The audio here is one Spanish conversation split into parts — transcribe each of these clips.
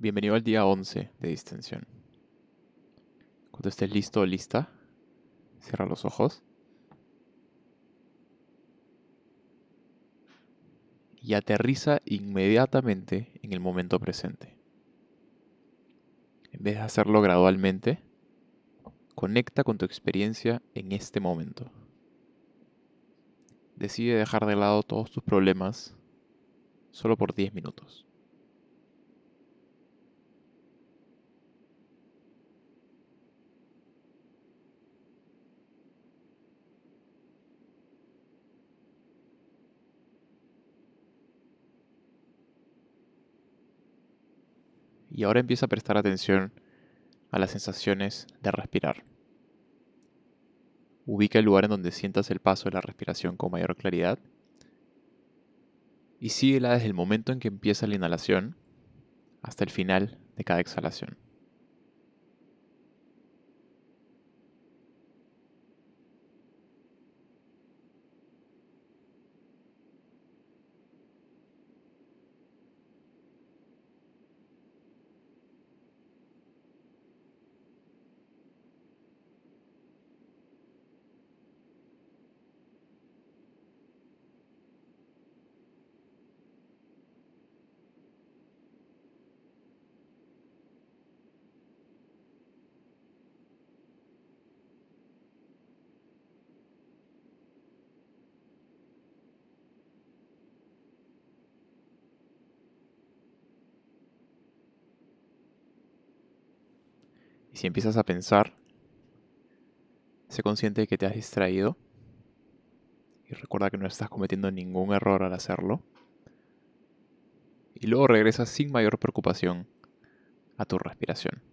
Bienvenido al día 11 de distensión. Cuando estés listo o lista, cierra los ojos y aterriza inmediatamente en el momento presente. En vez de hacerlo gradualmente, conecta con tu experiencia en este momento. Decide dejar de lado todos tus problemas solo por 10 minutos. Y ahora empieza a prestar atención a las sensaciones de respirar. Ubica el lugar en donde sientas el paso de la respiración con mayor claridad y síguela desde el momento en que empieza la inhalación hasta el final de cada exhalación. Y si empiezas a pensar, sé consciente de que te has distraído y recuerda que no estás cometiendo ningún error al hacerlo. Y luego regresas sin mayor preocupación a tu respiración.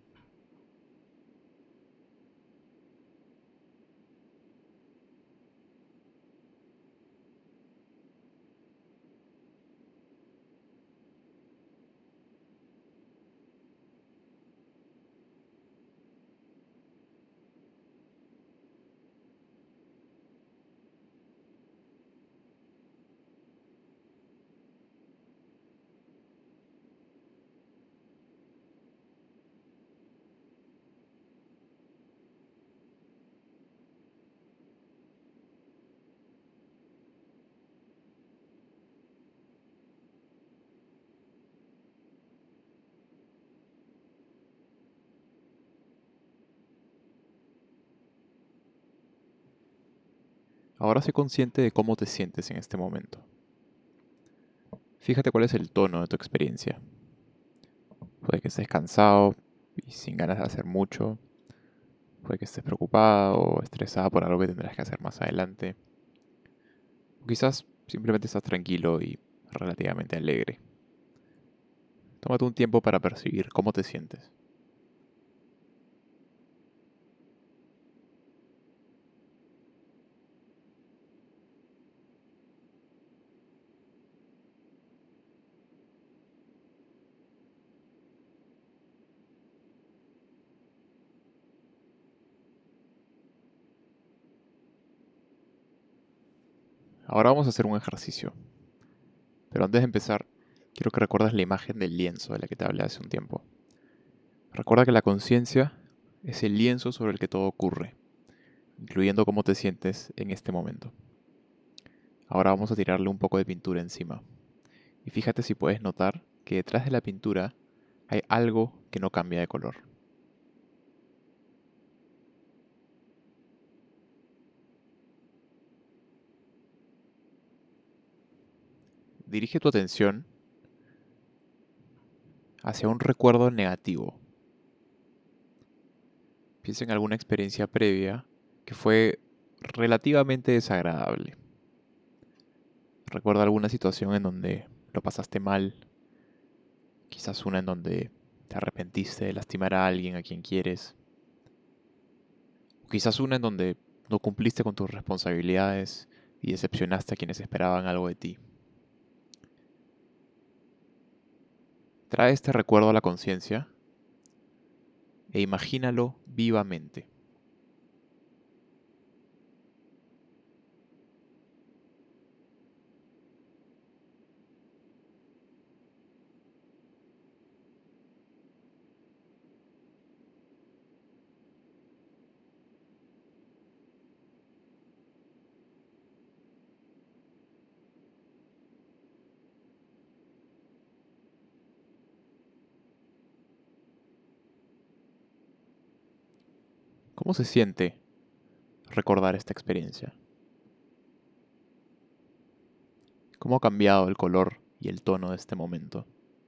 Ahora sé consciente de cómo te sientes en este momento. Fíjate cuál es el tono de tu experiencia. Puede que estés cansado y sin ganas de hacer mucho. Puede que estés preocupada o estresada por algo que tendrás que hacer más adelante. O quizás simplemente estás tranquilo y relativamente alegre. Tómate un tiempo para percibir cómo te sientes. Ahora vamos a hacer un ejercicio. Pero antes de empezar, quiero que recuerdes la imagen del lienzo de la que te hablé hace un tiempo. Recuerda que la conciencia es el lienzo sobre el que todo ocurre, incluyendo cómo te sientes en este momento. Ahora vamos a tirarle un poco de pintura encima. Y fíjate si puedes notar que detrás de la pintura hay algo que no cambia de color. Dirige tu atención hacia un recuerdo negativo. Piensa en alguna experiencia previa que fue relativamente desagradable. Recuerda alguna situación en donde lo pasaste mal, quizás una en donde te arrepentiste de lastimar a alguien a quien quieres, o quizás una en donde no cumpliste con tus responsabilidades y decepcionaste a quienes esperaban algo de ti. Trae este recuerdo a la conciencia e imagínalo vivamente. ¿Cómo se siente recordar esta experiencia? ¿Cómo ha cambiado el color y el tono de este momento?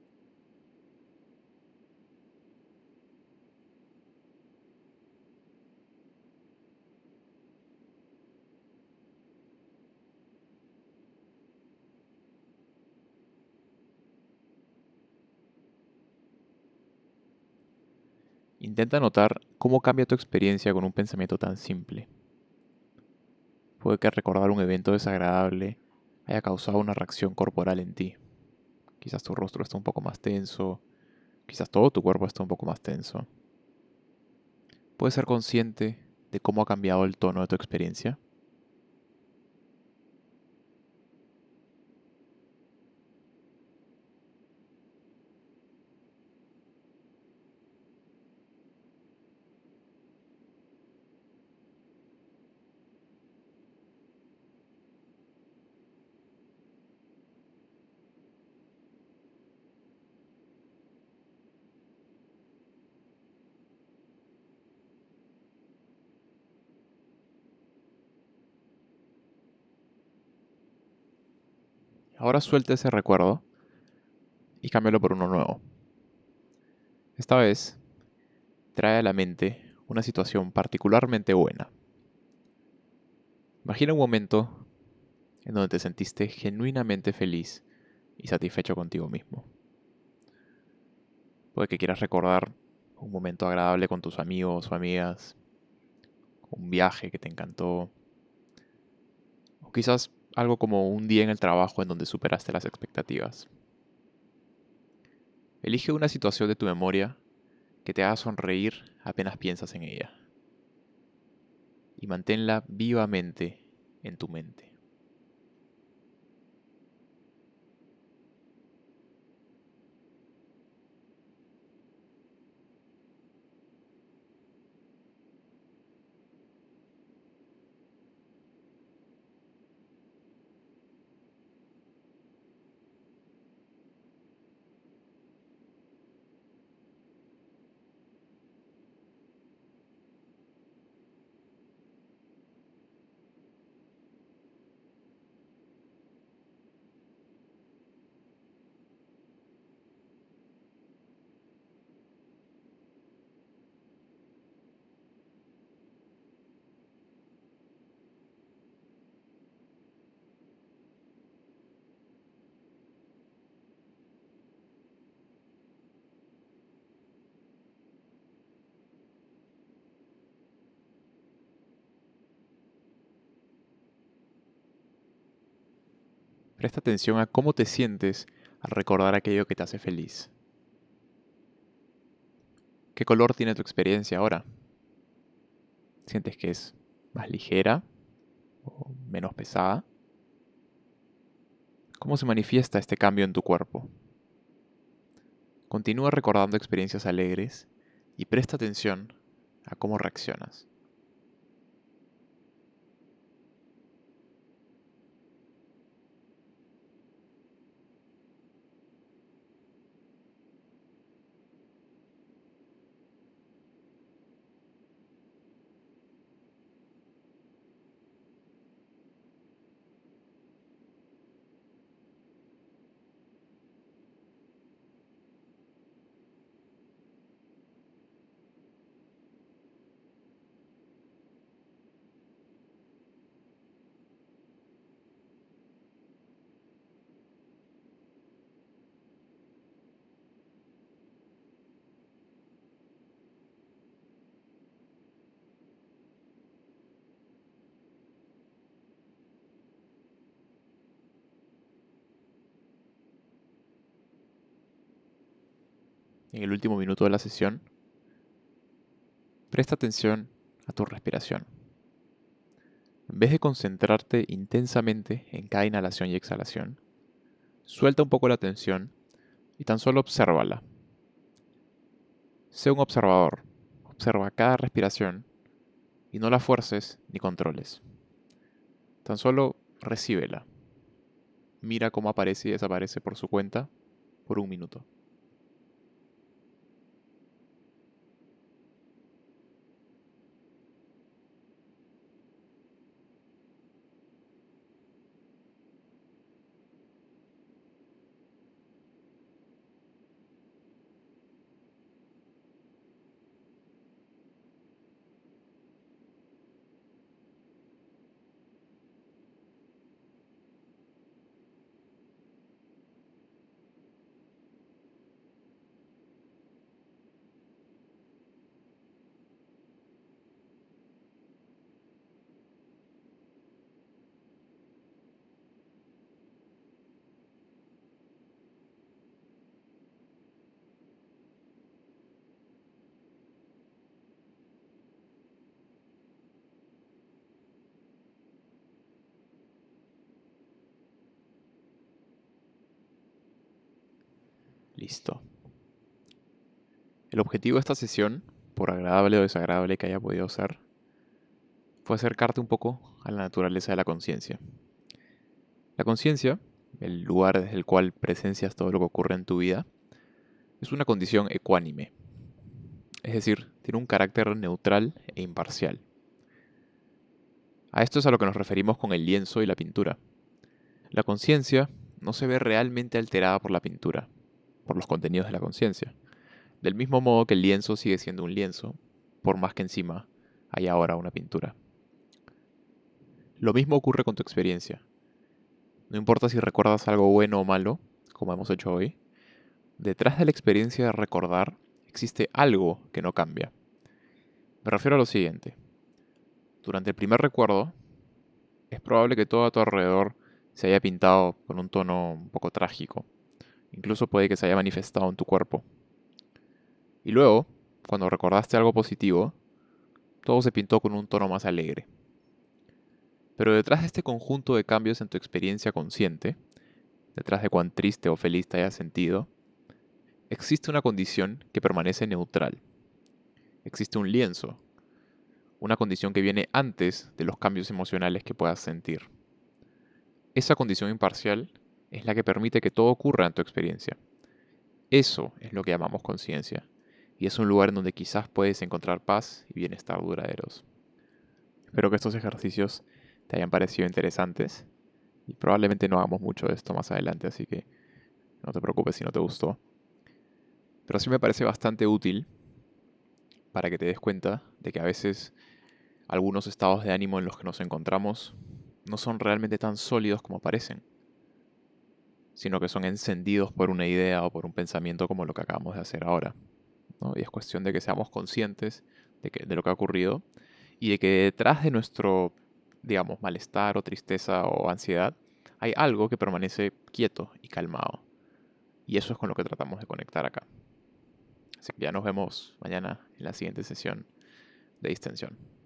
Intenta notar cómo cambia tu experiencia con un pensamiento tan simple. Puede que recordar un evento desagradable haya causado una reacción corporal en ti. Quizás tu rostro está un poco más tenso, quizás todo tu cuerpo está un poco más tenso. ¿Puedes ser consciente de cómo ha cambiado el tono de tu experiencia? Ahora suelta ese recuerdo y cámbialo por uno nuevo. Esta vez, trae a la mente una situación particularmente buena. Imagina un momento en donde te sentiste genuinamente feliz y satisfecho contigo mismo. Puede que quieras recordar un momento agradable con tus amigos o amigas, un viaje que te encantó, o quizás algo como un día en el trabajo en donde superaste las expectativas. Elige una situación de tu memoria que te haga sonreír apenas piensas en ella y manténla vivamente en tu mente. Presta atención a cómo te sientes al recordar aquello que te hace feliz. ¿Qué color tiene tu experiencia ahora? ¿Sientes que es más ligera o menos pesada? ¿Cómo se manifiesta este cambio en tu cuerpo? Continúa recordando experiencias alegres y presta atención a cómo reaccionas. En el último minuto de la sesión, presta atención a tu respiración. En vez de concentrarte intensamente en cada inhalación y exhalación, suelta un poco la tensión y tan solo obsérvala. Sé un observador. Observa cada respiración y no la fuerces ni controles. Tan solo recíbela. Mira cómo aparece y desaparece por su cuenta por un minuto. Listo. El objetivo de esta sesión, por agradable o desagradable que haya podido ser, fue acercarte un poco a la naturaleza de la conciencia. La conciencia, el lugar desde el cual presencias todo lo que ocurre en tu vida, es una condición ecuánime, es decir, tiene un carácter neutral e imparcial. A esto es a lo que nos referimos con el lienzo y la pintura. La conciencia no se ve realmente alterada por la pintura, por los contenidos de la conciencia, del mismo modo que el lienzo sigue siendo un lienzo, por más que encima haya ahora una pintura. Lo mismo ocurre con tu experiencia. No importa si recuerdas algo bueno o malo, como hemos hecho hoy, detrás de la experiencia de recordar existe algo que no cambia. Me refiero a lo siguiente. Durante el primer recuerdo, es probable que todo a tu alrededor se haya pintado con un tono un poco trágico. Incluso puede que se haya manifestado en tu cuerpo. Y luego, cuando recordaste algo positivo, todo se pintó con un tono más alegre. Pero detrás de este conjunto de cambios en tu experiencia consciente, detrás de cuán triste o feliz te hayas sentido, existe una condición que permanece neutral. Existe un lienzo, una condición que viene antes de los cambios emocionales que puedas sentir. Esa condición imparcial es la que permite que todo ocurra en tu experiencia. Eso es lo que llamamos conciencia, y es un lugar en donde quizás puedes encontrar paz y bienestar duraderos. Espero que estos ejercicios te hayan parecido interesantes, y probablemente no hagamos mucho de esto más adelante, así que no te preocupes si no te gustó. Pero sí me parece bastante útil para que te des cuenta de que a veces algunos estados de ánimo en los que nos encontramos no son realmente tan sólidos como parecen, sino que son encendidos por una idea o por un pensamiento como lo que acabamos de hacer ahora, ¿no? Y es cuestión de que seamos conscientes de lo que ha ocurrido y de que detrás de nuestro, digamos, malestar o tristeza o ansiedad hay algo que permanece quieto y calmado. Y eso es con lo que tratamos de conectar acá. Así que ya nos vemos mañana en la siguiente sesión de distensión.